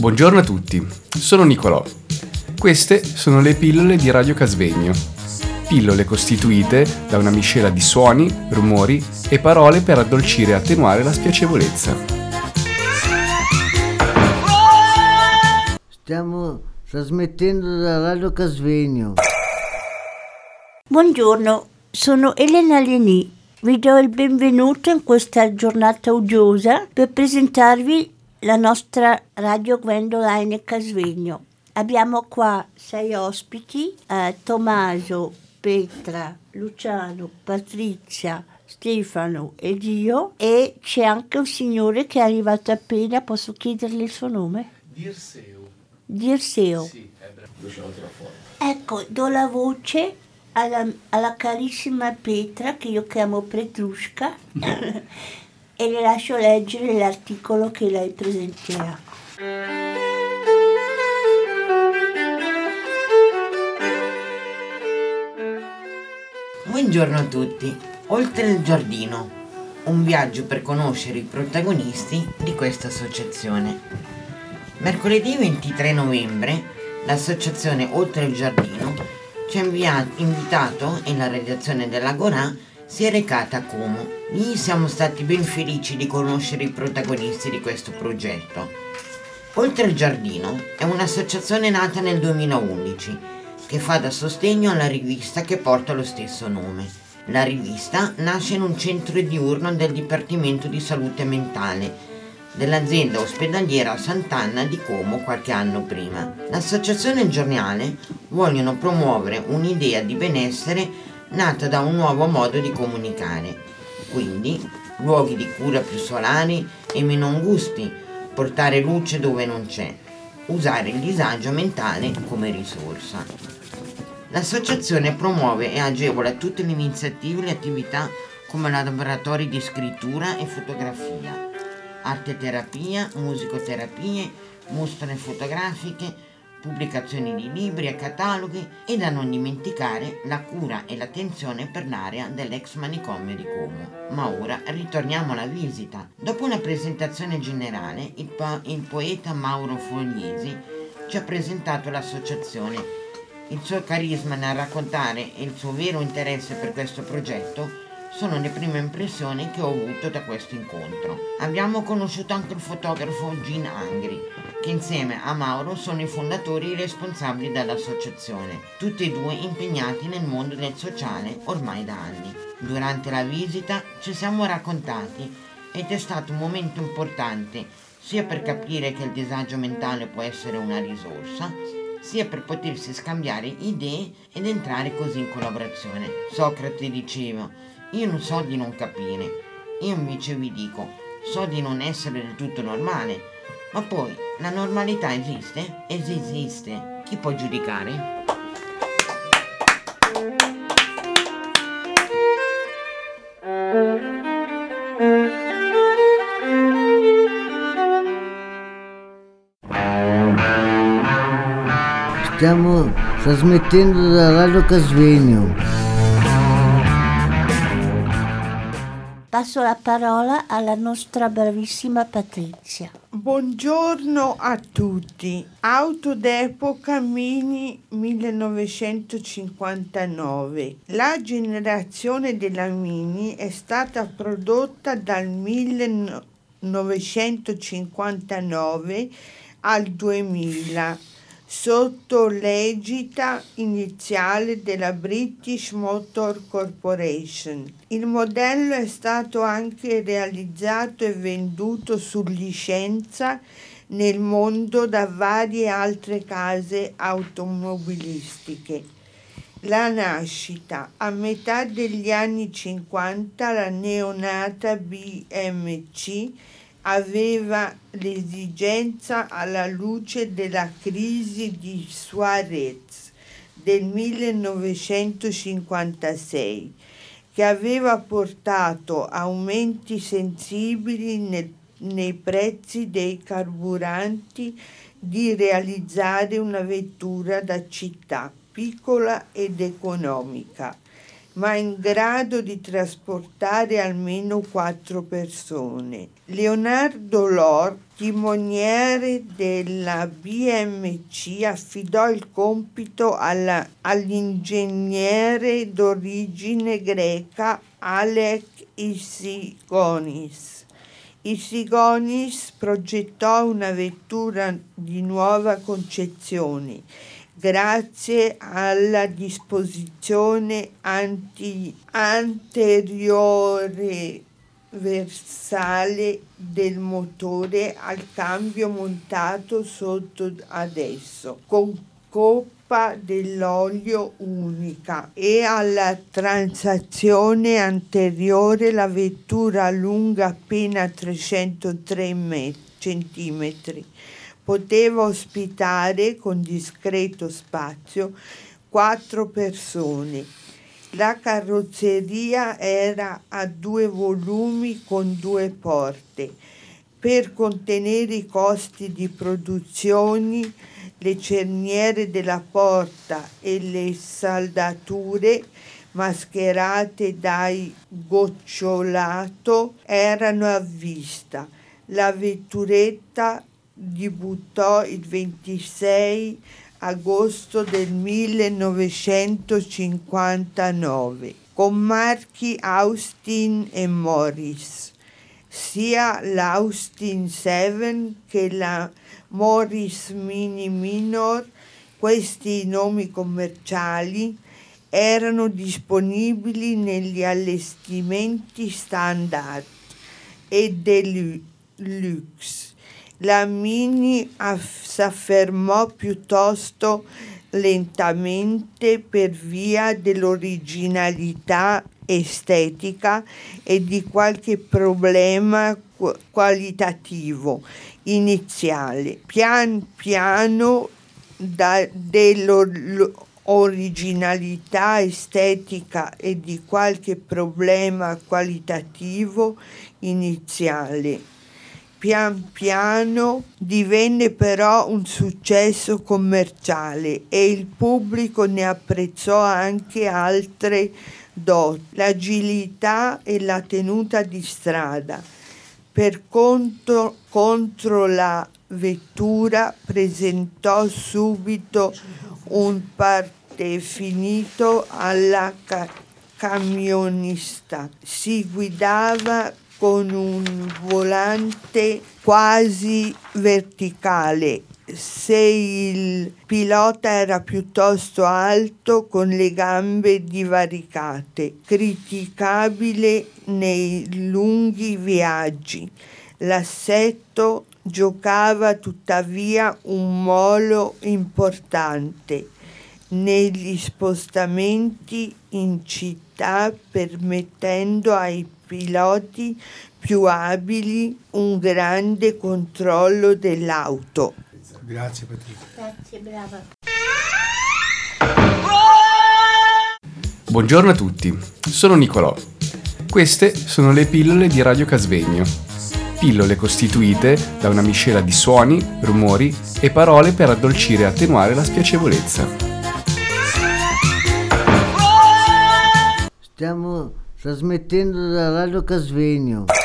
Buongiorno a tutti, sono Nicolò. Queste sono le pillole di Radio Casvegno. Pillole costituite da una miscela di suoni, rumori e parole per addolcire e attenuare la spiacevolezza. Stiamo trasmettendo da Radio Casvegno. Buongiorno, sono Elena Leni. Vi do il benvenuto in questa giornata odiosa per presentarvi la nostra Radio Gwendoline Casvegno. Abbiamo qua 6 ospiti, Tommaso, Petra, Luciano, Patrizia, Stefano ed io, e c'è anche un signore che è arrivato appena. Posso chiedergli il suo nome? Dirseo. Sì, è bravo. Ecco, do la voce alla carissima Petra, che io chiamo Petrushka, e le lascio leggere l'articolo che lei presenterà. Buongiorno a tutti. Oltre il giardino, un viaggio per conoscere i protagonisti di questa associazione. Mercoledì 23 novembre l'associazione Oltre il giardino ci ha invitato e la redazione dell'Agorà si è recata a Como. Lì siamo stati ben felici di conoscere i protagonisti di questo progetto. Oltre il giardino è un'associazione nata nel 2011 che fa da sostegno alla rivista che porta lo stesso nome. La rivista nasce in un centro diurno del Dipartimento di Salute Mentale dell'azienda ospedaliera Sant'Anna di Como qualche anno prima. L'associazione e il giornale vogliono promuovere un'idea di benessere nata da un nuovo modo di comunicare. Quindi, luoghi di cura più solari e meno angusti, portare luce dove non c'è, usare il disagio mentale come risorsa. L'associazione promuove e agevola tutte le iniziative e le attività come laboratori di scrittura e fotografia, arte terapia, musicoterapie, mostre fotografiche, pubblicazioni di libri e cataloghi, e da non dimenticare la cura e l'attenzione per l'area dell'ex manicomio di Como. Ma ora ritorniamo alla visita. Dopo una presentazione generale, il poeta Mauro Fogliesi ci ha presentato l'associazione. Il suo carisma nel raccontare e il suo vero interesse per questo progetto sono le prime impressioni che ho avuto da questo incontro. Abbiamo conosciuto anche il fotografo Gin Angri, che insieme a Mauro sono i fondatori e i responsabili dell'associazione, tutti e due impegnati nel mondo del sociale ormai da anni. Durante la visita ci siamo raccontati ed è stato un momento importante sia per capire che il disagio mentale può essere una risorsa, sia per potersi scambiare idee ed entrare così in collaborazione. Socrate diceva: io non so di non capire, io invece vi dico, so di non essere del tutto normale, ma poi la normalità esiste? Esiste. Chi può giudicare? Stiamo trasmettendo da Radio Casvegno. Passo la parola alla nostra bravissima Patrizia. Buongiorno a tutti. Auto d'epoca Mini 1959. La generazione della Mini è stata prodotta dal 1959 al 2000 sotto l'egida iniziale della British Motor Corporation. Il modello è stato anche realizzato e venduto su licenza nel mondo da varie altre case automobilistiche. La nascita. A metà degli anni 50 la neonata BMC aveva l'esigenza, alla luce della crisi di Suarez del 1956, che aveva portato aumenti sensibili nei prezzi dei carburanti, di realizzare una vettura da città piccola ed economica, ma in grado di trasportare almeno 4 persone. Leonardo Lor, timoniere della BMC, affidò il compito all'ingegnere d'origine greca Alek Issigonis. Issigonis progettò una vettura di nuova concezione grazie alla disposizione anteriore versale del motore al cambio montato sotto ad esso, con coppa dell'olio unica, e alla transazione anteriore la vettura lunga appena 303 centimetri. Poteva ospitare con discreto spazio 4 persone. La carrozzeria era a 2 volumi con 2 porte. Per contenere i costi di produzione, le cerniere della porta e le saldature mascherate dai gocciolato erano a vista. La vetturetta debuttò il 26 agosto del 1959 con marchi Austin e Morris. Sia l'Austin 7 che la Morris Mini Minor, questi nomi commerciali, erano disponibili negli allestimenti standard e deluxe. La Mini s'affermò piuttosto lentamente per via dell'originalità estetica e di qualche problema qualitativo iniziale. Pian piano dell'originalità estetica e di qualche problema qualitativo iniziale. Pian piano divenne però un successo commerciale e il pubblico ne apprezzò anche altre doti, l'agilità e la tenuta di strada. Per contro la vettura presentò subito un parte finito alla camionista. Si guidava con un volante quasi verticale, se il pilota era piuttosto alto con le gambe divaricate, criticabile nei lunghi viaggi. L'assetto giocava tuttavia un ruolo importante negli spostamenti in città, permettendo ai piloti più abili un grande controllo dell'auto. Grazie Patrizia. Grazie, brava. Buongiorno a tutti, sono Nicolò. Queste sono le pillole di Radio Casvegno. Pillole costituite da una miscela di suoni, rumori e parole per addolcire e attenuare la spiacevolezza. Stiamo trasmettendo da Radio Casvegno.